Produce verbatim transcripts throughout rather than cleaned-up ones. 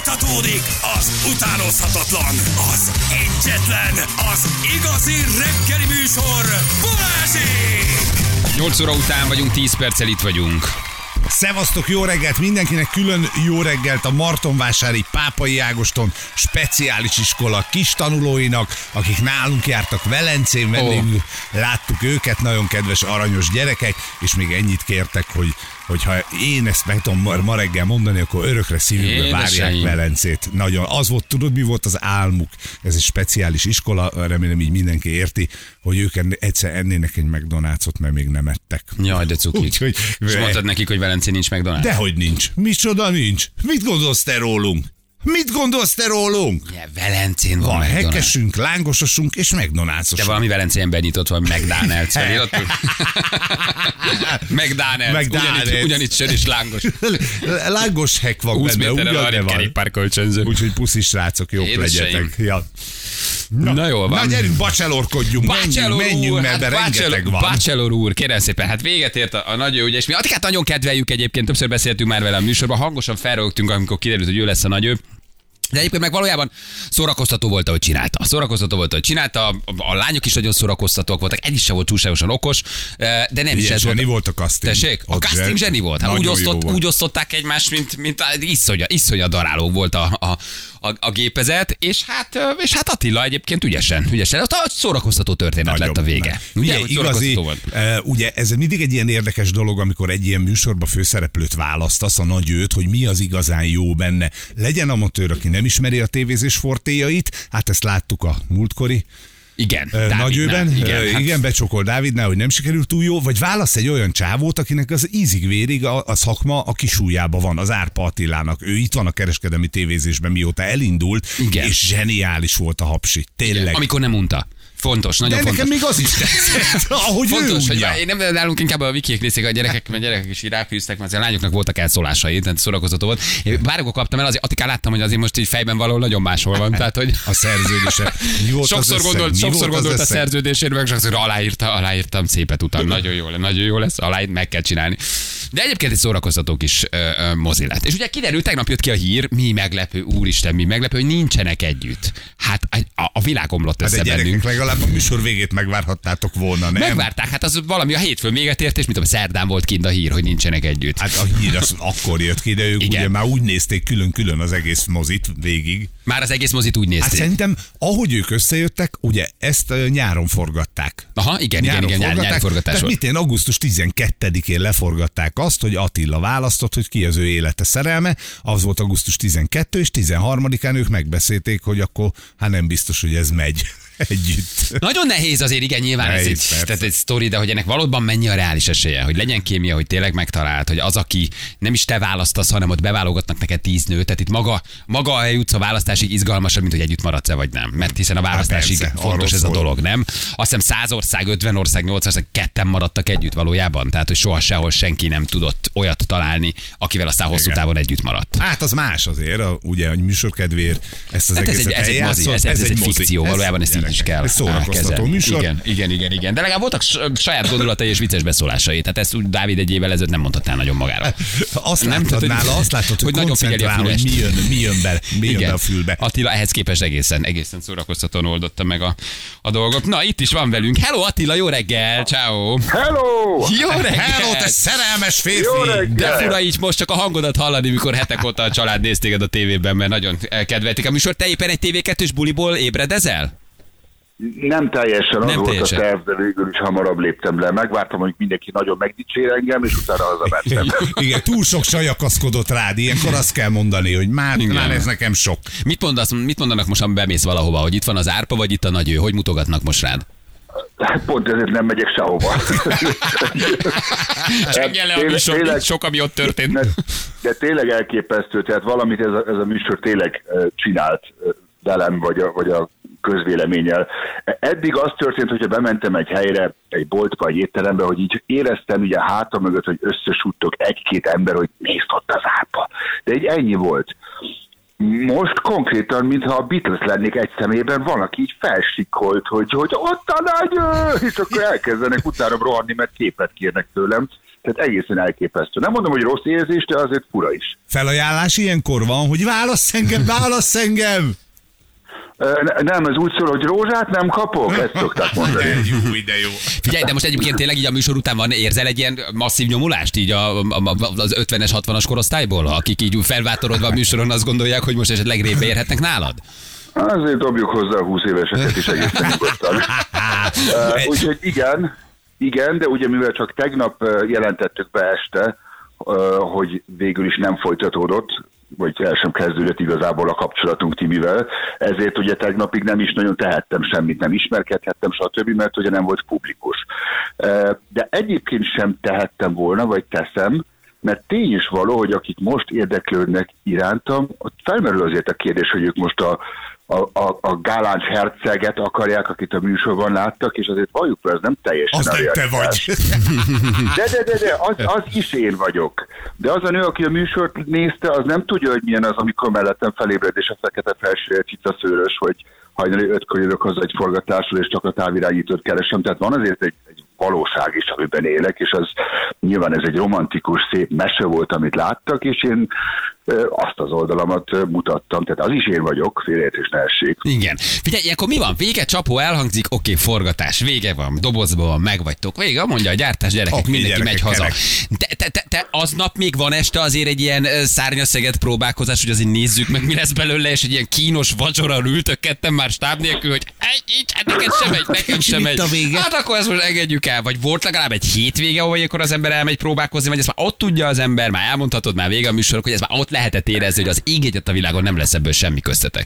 Folytatódik az utánozhatatlan, az egyetlen, az igazi reggeli műsor, Balázsék! nyolc óra után vagyunk, tíz perccel itt vagyunk. Szevasztok, jó reggelt mindenkinek, külön jó reggelt a Martonvásári Pápai Ágoston speciális iskola kis tanulóinak, akik nálunk jártak Velencén, vendégül oh. láttuk őket, nagyon kedves, aranyos gyerekek, és még ennyit kértek, hogy hogyha én ezt meg tudom ma reggel mondani, akkor örökre szívükbe várják Velencét. Nagyon. Az volt, tudod, mi volt az álmuk? Ez egy speciális iskola, remélem így mindenki érti, hogy ők egyszer ennének egy McDonald's-ot, mert még nem ettek. Jaj, de cukik. Úgyhogy, és mondtad nekik, hogy Velencén nincs McDonald's? Dehogy nincs. Micsoda nincs? Mit gondolsz te rólunk? Mit gondolsz te rólunk? Ja, Velencén van, van McDonald's. Hekkesünk, lángososunk és McDonald's-osunk. De valami Velencén benyitott van, McDonald's feliratú. McDonald's, ugyanitt, ugyanitt sör is lángos. Lángos hek van benne, ugyan de van. Úgyhogy puszi srácok, jók legyetek. Ja. Na, Na jól van. Na gyerünk, bacselorkodjunk, Bachelor menjünk, menjünk, úr, mert hát rengeteg van. Bachelor úr, kérem szépen, hát véget ért a, a nagy ő, ugye, és mi Attikát nagyon kedveljük egyébként, többször beszéltünk már vele a műsorban, hangosan felrögtünk, amikor kiderült, hogy ő lesz a nagy ő. De egyébként meg valójában szórakoztató volt, ahogy csinálta. Szórakoztató volt, ahogy csinálta, a, a lányok is nagyon szórakoztatóak voltak, egy is sem volt túlságosan okos, de nem is ez zseni volt. volt a casting. Tessék? A casting zseni volt. Hát úgy, osztott, úgy osztották egymást, mint, mint iszonya, iszonya daráló volt a, a, a, a gépezet, és hát, és hát Attila egyébként ügyesen, ügyesen. Ott a szórakoztató történet nagyon lett a vége. Ugye, igazi, uh, ugye ez mindig egy ilyen érdekes dolog, amikor egy ilyen műsorba főszereplőt választasz, a nagy őt, hogy mi az igazán jó benne. Legyen amatőr, aki nem ismeri a tévézés fortéjait, hát ezt láttuk a múltkori igen, uh, nagyőben, igen, uh, hát... igen, becsokol Dávidnál, hogy nem sikerült túl jó, vagy válasz egy olyan csávót, akinek az ízig-vérig a, a szakma a kisújjában van, az Árpa Attilának. Ő itt van a kereskedelmi tévézésben, mióta elindult, igen. És zseniális volt a hapsi. Tényleg. Igen, amikor nem unta. Fontos, nagyon de fontos. De nekem még az is tetszett, ahogy fontos, ő hogy én nem nálunk inkább a vikiek nézik, a gyerekek, mert gyerekek is így ráfűztek, mert a lányoknak voltak elszólásai, tehát szórakoztató volt. Én bárhol kaptam el, azért Attikán láttam, hogy azért most így fejben valahol nagyon máshol van, tehát hogy a szerződése. Sokszor gondolt, sokszor gondolt a szerződésére, meg sokszor aláírta, aláírtam szépet utána. Nagyon jó, nagyon jó lesz, aláírt, meg kell csinálni. De egyébként egy szórakoztató kis ö, ö, mozi lett. És ugye kiderült, tegnap jött ki a hír, mi meglepő, úristen, mi meglepő, hogy nincsenek együtt. Hát a, a világ omlott össze hát bennünk. Legalább a műsor végét megvárhattátok volna, nem? Megvárták, hát az valami a hétfőn véget ért, és mit tudom, szerdán volt kint a hír, hogy nincsenek együtt. Hát a hír az akkor jött ki, de ők igen. Ugye már úgy nézték külön-külön az egész mozit végig. Már az egész mozit úgy nézték. Hát szerintem, ahogy ők összejöttek, ugye ezt nyáron forgatták. Aha, igen, nyáron igen, igen, nyári forgatás volt. Mit én augusztus tizenkettedikén leforgatták azt, hogy Attila választott, hogy ki az ő élete szerelme, az volt augusztus tizenkettő, és tizenharmadikán ők megbeszélték, hogy akkor hát nem biztos, hogy ez megy együtt. Nagyon nehéz azért, igen, nyilván nehéz, ez egy, tehát egy sztori, de hogy ennek valóban mennyi a reális esélye, hogy legyen kémia, hogy tényleg megtalált, hogy az, aki nem is te választasz, hanem ott beválogatnak neked tíz nőt, tehát itt maga, maga a eljutsz a választásig izgalmasabb, mint hogy együtt maradsz-e vagy nem. Mert hiszen a választásig hát persze, fontos ez szól. A dolog, nem? Azt hiszem száz ország, ötven ország, nyolc ország, ketten maradtak együtt valójában, tehát hogy soha sehol senki nem tudott olyat találni, akivel aztán hosszú távon együtt maradt. Hát az más azért, a, ugye a műsorkedvéért ezt az hát egészet ez egy, ez, eljátszott, ez, ez, ez egy fikció, ez valójában ezt így is kell. Ez szórakoztató műsor. Igen, igen, igen, igen. De legalább voltak saját gondolatai és vicces beszólásai. Tehát ezt úgy Dávid egy évvel ezelőtt nem mondhattál nagyon magára. Azt nem látod nála, azt látod, hogy, hogy nagyon figyeli a fülest. Hogy mi jön, mi jön be, mi jön be a fülbe. Attila ehhez képest egészen, egészen szórakoztatóan oldotta meg a, a dolgot. Na, itt is van velünk. Hello Attila, jó reggel, ciao. Hello! Jó reggel! Hello, te szerelmes férfi! Jó reggel! De fura így most csak a hangodat hallani, mikor hetek óta a család néz téged a tévében, mert nagyon kedvelték a műsor. Te éppen egy té vé kettős buliból ébredezel? Nem teljesen, az nem volt teljesen. A terv, de végül is hamarabb léptem le. Megvártam, hogy mindenki nagyon megdicsér engem, és utána hazamentem. Igen, túl sok sajakaszkodott rád, ilyenkor azt kell mondani, hogy már, már ez nekem sok. Mit, mondasz, mit mondanak most, ha bemész valahova, hogy itt van az Árpa, vagy itt a Nagy ő? Hogy mutogatnak most rád? Hát pont ezért nem megyek sehova. Csengjen le a műsor, tényleg, sok, ami ott történt. De, de tényleg elképesztő, tehát valamit ez a, ez a műsor tényleg csinált velem, vagy a, vagy a közvéleménnyel. Eddig az történt, hogyha bementem egy helyre, egy boltba, egy étterembe, hogy így éreztem ugye hátam mögött, hogy összesúttok egy-két ember, hogy nézd ott az Árpa. De így ennyi volt. Most konkrétan, mintha a Beatles lennék egy szemében, valaki így felsikolt, hogy, hogy ott a Nagy, és akkor elkezdenek utána rohanni, mert képet kérnek tőlem. Tehát egészen elképesztő. Nem mondom, hogy rossz érzés, de azért fura is. Felajánlás ilyenkor van, hogy válassz engem, válassz engem! Nem, ez úgy szól, hogy rózsát nem kapok, ezt szokták mondani. Jó, de jó. Figyelj, de most egyébként tényleg így a műsor után van, érzel egy ilyen masszív nyomulást így a, a, az ötvenes, hatvanas korosztályból, akik így felvátorodva a műsoron azt gondolják, hogy most esetleg répbe érhetnek nálad? Azért dobjuk hozzá a húsz éveseket is egészen nyugodtan. uh, úgyhogy igen, igen, de ugye mivel csak tegnap jelentettük be este, uh, hogy végül is nem folytatódott, vagy el sem kezdődött igazából a kapcsolatunk Timivel, ezért ugye tegnapig nem is nagyon tehettem semmit, nem ismerkedhettem, stb., mert ugye nem volt publikus. De egyébként sem tehettem volna, vagy teszem, mert tény is való, hogy akik most érdeklődnek irántam, ott felmerül azért a kérdés, hogy ők most a, a, a, a Gálánc herceget akarják, akit a műsorban láttak, és azért valljuk, hogy ez nem teljesen az a nem te vagy. De, de, de, de az, az is én vagyok. De az a nő, aki a műsort nézte, az nem tudja, hogy milyen az, amikor mellettem felébred, és a fekete felső cicaszőrös, hogy hajnali ötkor jövök haza egy forgatásról, és csak a távirányítót keresem. Tehát van azért egy, egy valóság is, amiben élek, és az nyilván ez egy romantikus, szép mese volt, amit láttak, és én azt az oldalamat mutattam, tehát az is én vagyok, félreértés ne essék. Igen. Figyelj, ilyenkor mi van? Vége, csapó, elhangzik, oké, okay, forgatás, vége van, dobozban megvagytok, vége, mondja a gyártás, gyerekek, okay, mindenki gyerekek, megy haza. Te, te, te, te aznap még van este azért egy ilyen szárnyaszeget próbálkozás, hogy azért nézzük meg, mi lesz belőle, és egy ilyen kínos vacsora ültök ketten már stáb nélkül, hogy egy, így, hát neked sem megy, nekem sem megy. Hát akkor ezt most engedjük el, vagy volt legalább egy hétvége, ahol akkor az ember elmegy próbálkozni, vagy ezt már ott tudja az ember, már elmondhatod, már vége a műsorok, hogy ez már ott lehetett érezni, hogy az ég egyet a világon nem lesz ebből semmi köztetek.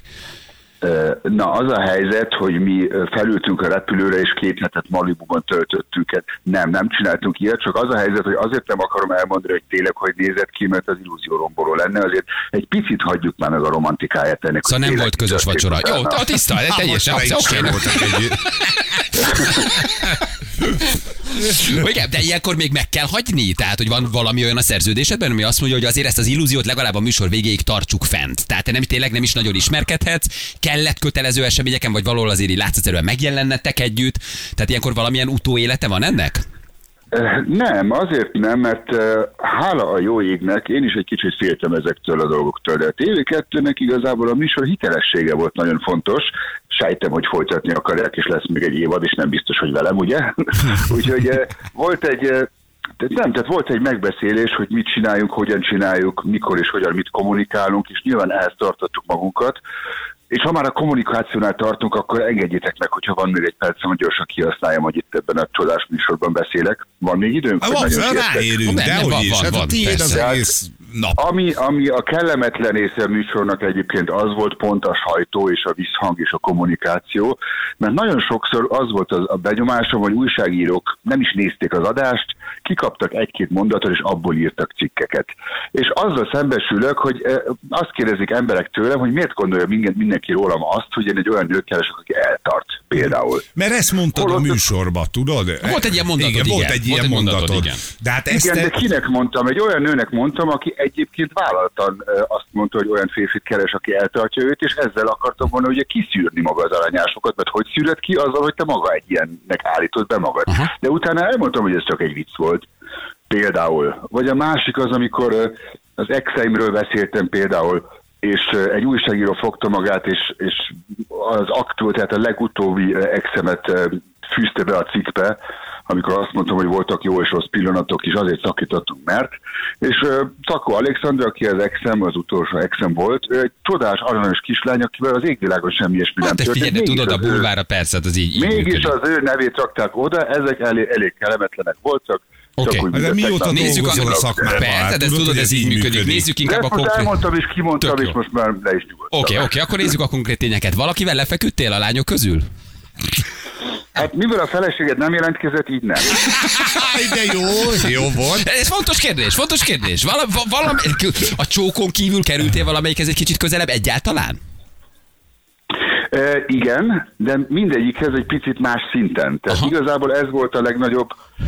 Na, az a helyzet, hogy mi felültünk a repülőre, és két hetet Malibuban töltöttük. Nem, nem csináltunk ilyet, csak az a helyzet, hogy azért nem akarom elmondani, hogy tényleg, hogy nézett ki, mert az illúzió romboló lenne, azért egy picit hagyjuk már meg a romantikáját ennek. Szóval nem volt közös vacsora. Jó, a tiszta, ez teljesen oké. Igen, de ilyenkor még meg kell hagyni? Tehát, hogy van valami olyan a szerződésedben, ami azt mondja, hogy azért ezt az illúziót legalább a műsor végéig tartsuk fent. Tehát te nem, tényleg nem is nagyon ismerkedhetsz, kellett kötelező eseményeken, vagy valahol azért így látszatszerűen megjelennetek együtt. Tehát ilyenkor valamilyen utóélete van ennek? Nem, azért nem, mert hála a jó égnek, én is egy kicsit féltem ezektől a dolgoktól, de a té vé kettőnek igazából a műsor hitelessége volt nagyon fontos. Sejtem, hogy folytatni akarják, és lesz még egy évad, és nem biztos, hogy velem, ugye? Úgyhogy volt egy... Nem, tehát volt egy megbeszélés, hogy mit csináljunk, hogyan csináljuk, mikor és hogyan mit kommunikálunk, és nyilván ehhez tartottuk magunkat. És ha már a kommunikációnál tartunk, akkor engedjétek meg, hogyha van még egy percem, hogy gyorsan kihasználjam, hogy itt ebben a csodás műsorban beszélek. Van még időnk? Van, ráérünk, de hogy is, hát a tiéd az egész nap. Ami, ami a kellemetlen része a műsornak egyébként az volt pont a sajtó és a visszhang és a kommunikáció, mert nagyon sokszor az volt az a benyomásom, hogy újságírók nem is nézték az adást, kikaptak egy-két mondatot, és abból írtak cikkeket. És azzal szembesülök, hogy azt kérdezik emberek tőlem, hogy miért gondolja minden, mindenki rólam azt, hogy én egy olyan nőt keresek, aki eltart például. Mert ezt mondtad Holott, a műsorba, tudod? Volt egy ilyen mondatod, igen. igen. Volt egy ilyen volt mondatod. mondatod. Igen, de, hát ezt igen te... de kinek mondtam? Egy olyan nőnek mondtam, aki egyébként vállaltan azt mondta, hogy olyan férfit keres, aki eltartja őt, és ezzel akartam volna ugye kiszűrni maga az aranyásokat, mert hogy szűröd ki azzal, hogy te maga egy ilyennek állítod be magad. Aha. De utána elmondtam, hogy ez csak egy vicc volt. Például. Vagy a másik az, amikor az exeimről beszéltem például, és egy újságíró fogta magát, és, és az aktuál, tehát a legutóbbi exemet fűzte be a cikkbe, amikor azt mondtam, hogy voltak jó és rossz pillanatok, és azért szakítottunk, mert. És uh, Szakó Alexandra, aki az exem, az utolsó exem volt, ő egy csodás, aranyos kislány, akivel az égvilágon semmi ilyesmi nem történt. Figyelj, tudod, a bulvára persze, az így, így mégis működik. Az ő nevét rakták oda, ezek elég, elég kellemetlenek voltak. Oké, okay. De mióta nézzük a szakmában? Persze, de tudod, ez így működik. működik. Nézzük inkább a konkrét... Most elmondtam és kimondtam, és most már le is nyugodtam. Oké, okay, oké, okay, akkor nézzük a konkrét tényeket. Valakivel lefeküdtél a lányok közül? Hát mivel a feleséged nem jelentkezett, így nem. De jó, jó volt. Ez fontos kérdés, fontos kérdés. Val- valami, a csókon kívül kerültél valamelyikhez egy kicsit közelebb egyáltalán? E, igen, de mindegyikhez egy picit más szinten. Tehát Aha. igazából ez volt a legnagyobb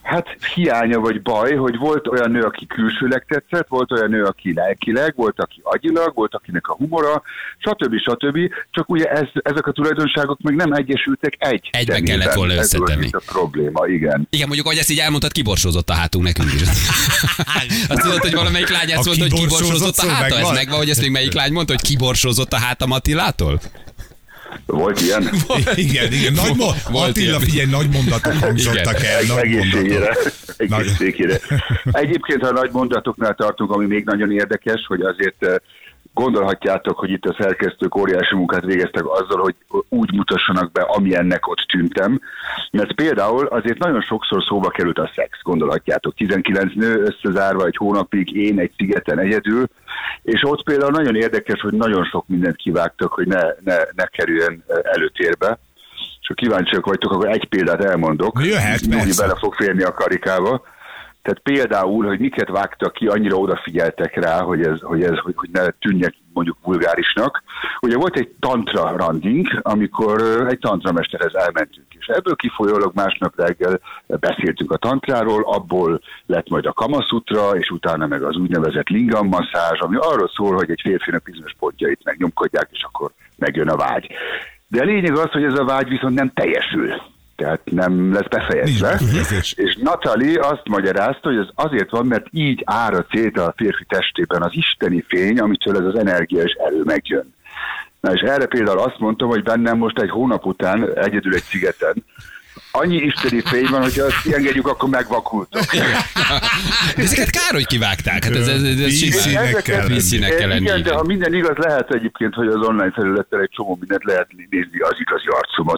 Hát hiánya vagy baj, hogy volt olyan nő, aki külsőleg tetszett, volt olyan nő, aki lelkileg, volt, aki agyilag, volt, akinek a humora, stb. stb. Csak ugye ez, ezek a tulajdonságok meg nem egyesültek egy Egyben kellett volna összetenni. Ez a probléma, igen. Igen, mondjuk, ahogy ezt így elmondtad, kiborsózott a hátunk nekünk is. Azt tudod, hogy valamelyik lány ezt mondta, hogy kiborsózott a háta? Ez megvan, hogy ezt még melyik lány mondta, hogy kiborsózott a hátam Attilától? Volt ilyen? Igen, igen. Nagy mo- Attila, figyelj, nagy mondatok hangzottak el. Nagy egészségére. egészségére. Egyébként, ha nagy mondatoknál tartunk, ami még nagyon érdekes, hogy azért gondolhatjátok, hogy itt a szerkesztők óriási munkát végeztek azzal, hogy úgy mutassanak be, amilyennek ott tűntem. Mert például azért nagyon sokszor szóba került a szex, gondolhatjátok. tizenkilenc nő összezárva egy hónapig, én egy szigeten egyedül, és ott például nagyon érdekes, hogy nagyon sok mindent kivágtak, hogy ne, ne, ne kerüljön előtérbe. És ha kíváncsiak vagytok, akkor egy példát elmondok. Jöhet, persze. Bele fog férni a karikába. Tehát például, hogy miket vágtak ki, annyira odafigyeltek rá, hogy ez, hogy ez hogy, hogy ne tűnjek mondjuk vulgárisnak. Ugye volt egy tantra randink, amikor egy tantramesterhez elmentünk, és ebből kifolyólag másnap reggel beszéltünk a tantráról, abból lett majd a kamasutra, és utána meg az úgynevezett lingam masszázs, ami arról szól, hogy egy férfinak bizonyos pontjait megnyomkodják, és akkor megjön a vágy. De a lényeg az, hogy ez a vágy viszont nem teljesül. Tehát nem lesz befejezve. És Natali azt magyarázta, hogy ez azért van, mert így árad szét a férfi testében az isteni fény, amitől ez az energia és erő megjön. Na és erre például azt mondtam, hogy bennem most egy hónap után egyedül egy szigeten annyi isteni fény van, hogyha azt engedjük, akkor megvakultok. Ezeket kár, hogy kivágták. Hát ez, ez, ez vízszínek kell, vízszínek kell lenni. Igen, de ha minden igaz, lehet egyébként, hogy az online felületen egy csomó mindent lehet nézni az igazi arcomat.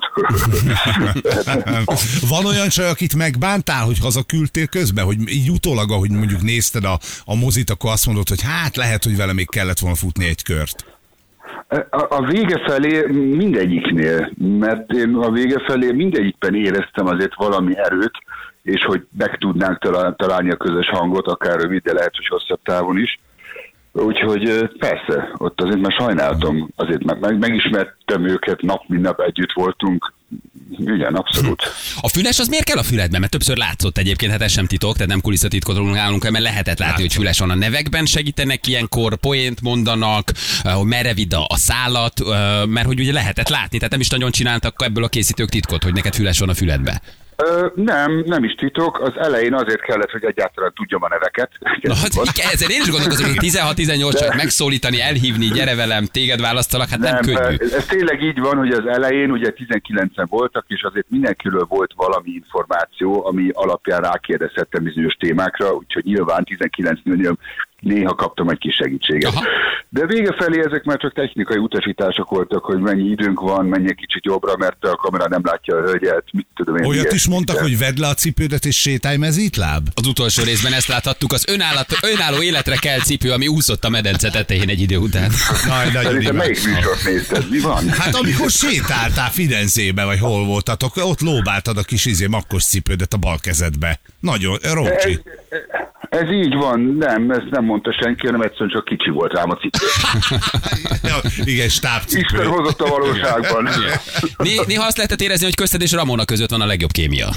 Van olyan csaj, akit megbántál, hogy hazaküldtél közben, hogy így utólag, ahogy mondjuk nézted a, a mozit, akkor azt mondod, hogy hát lehet, hogy vele még kellett volna futni egy kört. A, a vége felé mindegyiknél, mert én a vége felé mindegyikben éreztem azért valami erőt, és hogy meg tudnánk találni a közös hangot, akár rövid, de lehet, hogy hosszabb távon is. Úgyhogy persze, ott azért már sajnáltam, azért meg, meg, megismertem őket, nap, mint nap együtt voltunk. Igen, abszolút. A füles az miért kell a füledben? Mert többször látszott egyébként, hát ez sem titok, tehát nem kulisszatitkot nálunk, mert lehetett látni, hogy füles van a nevekben, segítenek ilyenkor, poént mondanak, hogy merre vidd a szállat, mert hogy ugye lehetett látni, tehát nem is nagyon csináltak ebből a készítők titkot, hogy neked füles van a füledbe. Ö, nem, nem is titok. Az elején azért kellett, hogy egyáltalán tudjam a neveket. Na, hát ezzel én is gondolkozom, hogy tizenhat-tizennyolc csak megszólítani, elhívni, gyere velem, téged választalak, hát nem, nem könnyű. Ez tényleg így van, hogy az elején ugye tizenkilencen voltak, és azért mindenkiről volt valami információ, ami alapján rákérdezhettem bizonyos témákra, úgyhogy nyilván tizenkilencnél néha kaptam egy kis segítséget. Aha. De vége felé ezek már csak technikai utasítások voltak, hogy mennyi időnk van, menj egy kicsit jobbra, mert a kamera nem látja a hölgyet, mit tudom én. Olyat is mondtak, hogy vedd le a cipődet és sétálj mezítláb? Az utolsó részben ezt láthattuk, az önállat, önálló életre kell cipő, ami úszott a medence tetején egy idő után. Szerintem melyik műsort nézted? Mi van? Hát amikor sétáltál Firenzébe, vagy hol voltatok, ott lóbáltad a kis izé makkos cipődet a bal kezedbe. Nagyon, Rócsi. Ez így van, nem, ezt nem mondta senki, hanem egyszerűen csak kicsi volt rám a cipő. Igen, stábcipő. Isten hozott a valóságban. Néha azt lehetett érezni, hogy közted és Ramona között van a legjobb kémia.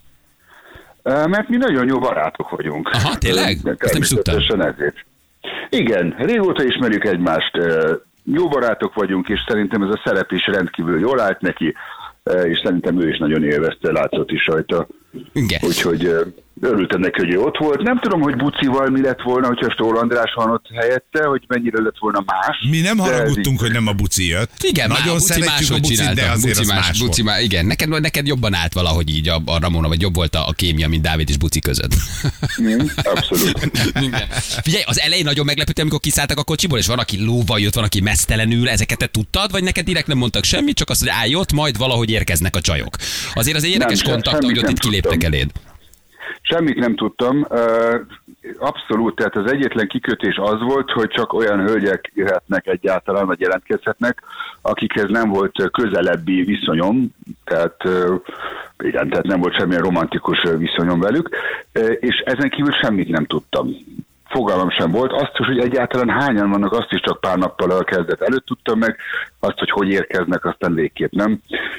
Mert mi nagyon jó barátok vagyunk. Aha, tényleg? Ezt nem is tudtam. Ezért. Igen, régóta ismerjük egymást, jó barátok vagyunk, és szerintem ez a szerep is rendkívül jól állt neki, és szerintem ő is nagyon élvezte, látszott is rajta. Igen. Úgyhogy örültem neki, hogy ő ott volt. Nem tudom, hogy Bucival mi lett volna, hogyha Stól András van ott helyette, hogy mennyire lett volna más. Mi nem haragudtunk, hogy nem a Buci jött. Igen, nagyon szeretjük a Bucit, de azért Buci más, más Buci más, igen, neked, neked jobban állt valahogy így a, a Ramona, vagy jobb volt a, a kémia, mint Dávid és Buci között. Mm, abszolút. Igen. Figyelj, az elején nagyon meglepődtem, amikor kiszálltak a kocsiból, és van, aki lóval jött, van, aki meztelenül, ezeket te tudtad, vagy neked direkt nem mondtak semmit, csak azt, hogy állj ott, majd valahogy érkeznek a csajok. Azért az egy érdekes kontakt, hogy ott itt kiléptek eléd. Semmit nem tudtam. Abszolút, tehát az egyetlen kikötés az volt, hogy csak olyan hölgyek jöhetnek egyáltalán, vagy jelentkezhetnek, akikhez nem volt közelebbi viszonyom, tehát igen, tehát nem volt semmilyen romantikus viszonyom velük, és ezen kívül semmit nem tudtam. Fogalmam sem volt. Azt is, hogy egyáltalán hányan vannak, azt is csak pár nappal a kezdet előtt tudtam meg, azt, hogy hogy érkeznek, aztán végképp nem.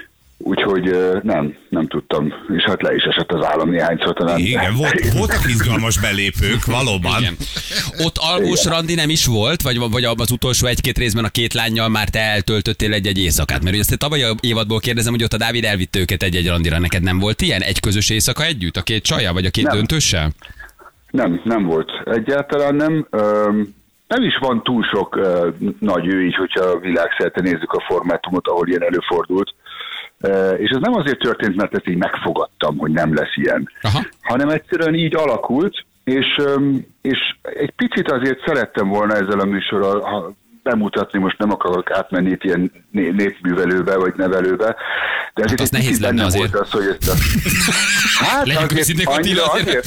Úgyhogy nem, nem tudtam, és hát le is esett az állam néhányszor talán. Igen, volt, voltak izgalmas belépők, valóban. Igen. Ott alvós randi nem is volt, vagy, vagy az utolsó egy-két részben a két lánnyal már te eltöltöttél egy-egy éjszakát? Mert ugye azt tavaly a évadból kérdezem, hogy ott a Dávid elvitte őket egy-egy randira. Neked nem volt ilyen? Egy közös éjszaka együtt? A két csajjal, vagy a két nem. döntőssel? Nem, nem volt. Egyáltalán nem. Öm, nem is van túl sok uh, nagy ő így, hogyha világszerte nézzük a formátumot, ahol ilyen előfordult. Uh, és ez nem azért történt, mert ezt így megfogadtam, hogy nem lesz ilyen, aha, hanem egyszerűen így alakult, és, um, és egy picit azért szerettem volna ezzel a műsorral bemutatni, most nem akarok átmenni itt ilyen népművelőbe, vagy nevelőbe, de hát az nehéz lenne azért. Volt az, hogy ezt a... Hát azért, annyira azért...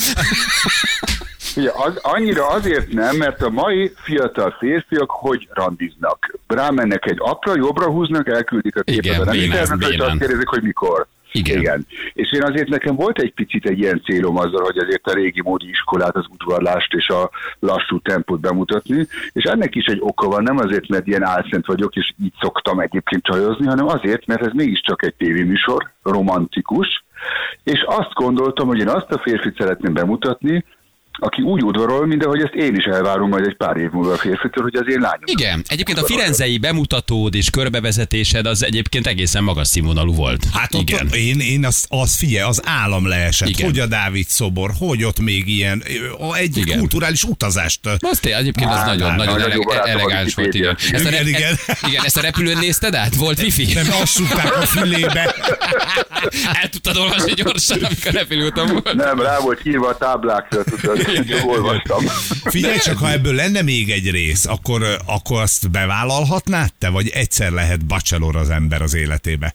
Ugye, az, annyira azért nem, mert a mai fiatal férfiak hogy randiznak? Rámennek egy appra, jobbra húznak, elküldik a képet, nem internetre, és azt kérdezik, hogy mikor. Igen. Igen. És én azért nekem volt egy picit egy ilyen célom azzal, hogy azért a régi módi iskolát, az udvarlást és a lassú tempót bemutatni, és ennek is egy oka van, nem azért, mert ilyen álszent vagyok, és így szoktam egyébként csajozni, hanem azért, mert ez mégiscsak egy tévéműsor, romantikus, és azt gondoltam, hogy én azt a férfit szeretném bemutatni, aki úgy udvarol, mint ahogy ezt én is elvárom majd egy pár év múlva a férfitől, hogy az én lányom. Igen, egyébként a firenzei bemutatód és körbevezetésed az egyébként egészen magas színvonalú volt. Hát ott igen. én, én az, az figyelj, az állam leesett, igen. Hogy a Dávid szobor, hogy ott még ilyen, egy igen. kulturális utazást. Az tényleg, egyébként az nagyon, nagyon, nagyon ele- elegáns volt, igen. Ezt a, igen, igen. E, igen, ezt a repülőn nézted át? Volt wifi? Nem, azt súgták a fülébe. El tudtad olvasni gyorsan, amikor repülőtem volt? Nem, rá volt írva a táblákra, tudod. Olvastam. Figyelj csak, ha ebből lenne még egy rész, akkor, akkor azt bevállalhatnád te, vagy egyszer lehet bachelor az ember az életébe?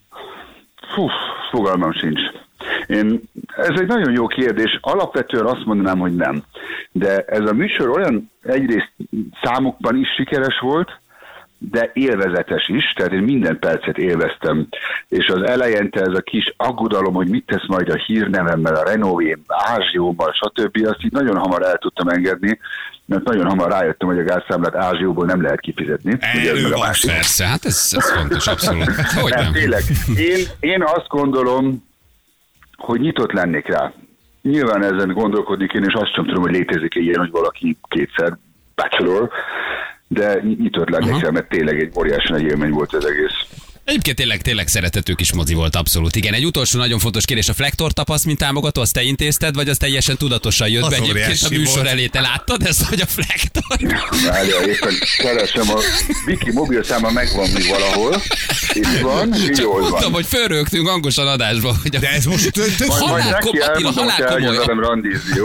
Fú, fogalmam sincs. Én, ez egy nagyon jó kérdés. Alapvetően azt mondanám, hogy nem. De ez a műsor olyan egyrészt számokban is sikeres volt, de élvezetes is, tehát én minden percet élveztem. És az elejente ez a kis aggodalom, hogy mit tesz majd a hírnevemmel, a Renault-én, Ázsióban, stb. Azt így nagyon hamar el tudtam engedni, mert nagyon hamar rájöttem, hogy a gázszámlát Ázsióból nem lehet kifizetni. Elő van, persze, hát ez, ez fontos, abszolút. Hogy nem? Tényleg, én, én azt gondolom, hogy nyitott lennék rá. Nyilván ezen gondolkodni én, és azt sem tudom, hogy létezik ilyen, hogy valaki kétszer bachelor, de nyitott lennék rá, mert tényleg egy óriási nagy élmény volt az egész. Egyébként tényleg, tényleg szeretető kis mozi volt, abszolút. Igen, egy utolsó nagyon fontos kérdés. A Flektor tapasz, mint támogató, azt te intézted, vagy az teljesen tudatosan jött az be egyébként a műsor volt. Elé? Te láttad ezt, hogy a Flektor? Várja, éppen keresem, a Viki mobilszáma megvan még valahol. Itt van, jól van. Mondtam, hogy fölrögtünk hangosan adásba. Hogy a... De ez most tök halál, kom... Attila, halál komolyan.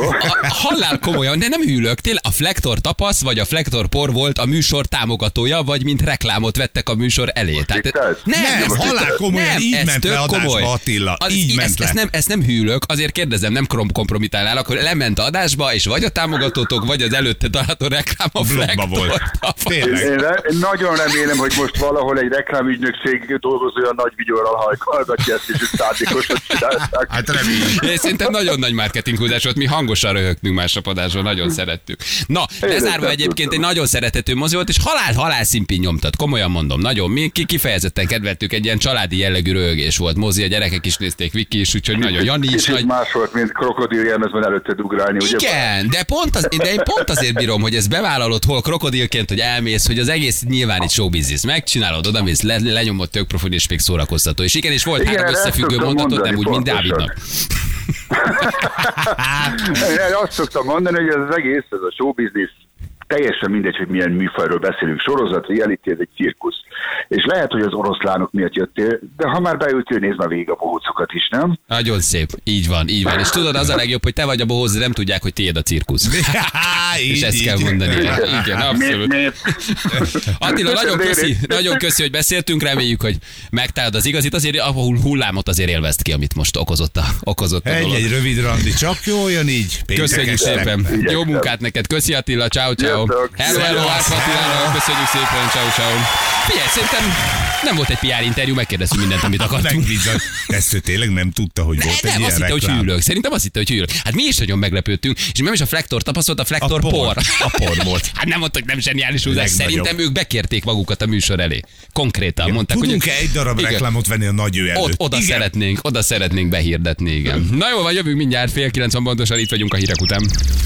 A halál komolyan, de nem hűlök. Tényleg a Flektor tapasz, vagy a Flektor por volt a műsor támogatója, vagy mint reklámot vettek a műsor elé. Tehát, nem, nem, ez halál komolyan, nem, így ment le adásba, komoly. Attila, az, így ment ezt, le. Ezt nem, ezt nem hűlök, azért kérdezem, nem kompromitálnál, akkor lement adásba, és vagy a támogatótok, vagy az előtte található reklám a Flektor volt. Én, én nagyon remélem, hogy most valahol egy reklámügynökség dolgozója nagy vigyorral hallgatja ezt, és ők szándékosan csinálták. Hát remélem. Szerintem nagyon nagy marketing húzás volt, mi hangosan röhögtünk másnap adásban, nagyon szerettük. Na, lezárva egyébként egy nagyon szeretető mozi volt, és halál-halál színpin nyomtat, komolyan mondom, nagyon, mi kifejezetten kedveltük, egy ilyen családi jellegű röhögés volt. Mozi, a gyerekek is nézték, Viki is, úgyhogy nagyon Jani is nagy... más volt, mint krokodil jelmezben előtte ugrálni, ugye? Igen, de, pont az, de én pont azért bírom, hogy ezt bevállalod hol krokodilként, hogy elmész, hogy az egész nyilván egy show business. Megcsinálod, odamész, le, lenyomod tök profil és még szórakoztató. És igen, és volt igen, három összefüggő mondatod, nem úgy, mint Dávidnak. Én azt szoktam mondani, hogy ez az egész, ez a show business, teljesen mindegy, hogy milyen műfajról beszélünk. Sorozat, reality, ez egy cirkusz. És lehet, hogy az oroszlánok miatt jöttél, de ha már beültél, nézd már végig a bohócokat is, nem? Nagyon szép. Így van, így van. És tudod, az a legjobb, hogy te vagy a bohóc, de nem tudják, hogy tiéd a cirkusz. És ezt kell mondani. Igen, abszolút. Attila, nagyon köszi, nagyon köszi, hogy beszéltünk. Reméljük, hogy megtalálod az igazit. Azért a hullámot azért élvezd ki, amit most okozott a, okozott a egy, dolog. Egy rövid randi, csak jó jön így. Köszönjük szépen. Jó munkát neked. Köszi Attila, ciao, ciao. Hello, hello, Árpa Attilának. Köszönjük szépen, ciao, ciao. Figyelj, szerintem nem volt egy pé er interjú, megkérdeztünk mindent, amit akartunk. Megbízott. Ezt ő tényleg nem tudta, hogy volt ne, egy nem, ilyen azt hitte, hogy reklám. hűlök. Szerintem azt hitte, hogy hűlök. Hát mi is nagyon meglepődtünk, és nem is a Flektor tapasztalt, a Flektor A por. por. A por volt. Hát nem mondtak, nem zseniális húzás. Legnagyobb. Szerintem ők bekérték magukat a műsor elé. Konkrétan mondták, hogy... Tudunk-e egy darab igen. reklámot venni a nagy ő előtt? Ott, oda Igen. szeretnénk, oda szeretnénk behirdetni, igen. Na jó, van, jövünk mindjárt, fél kilenc van pontosan, itt vagyunk a hírek után.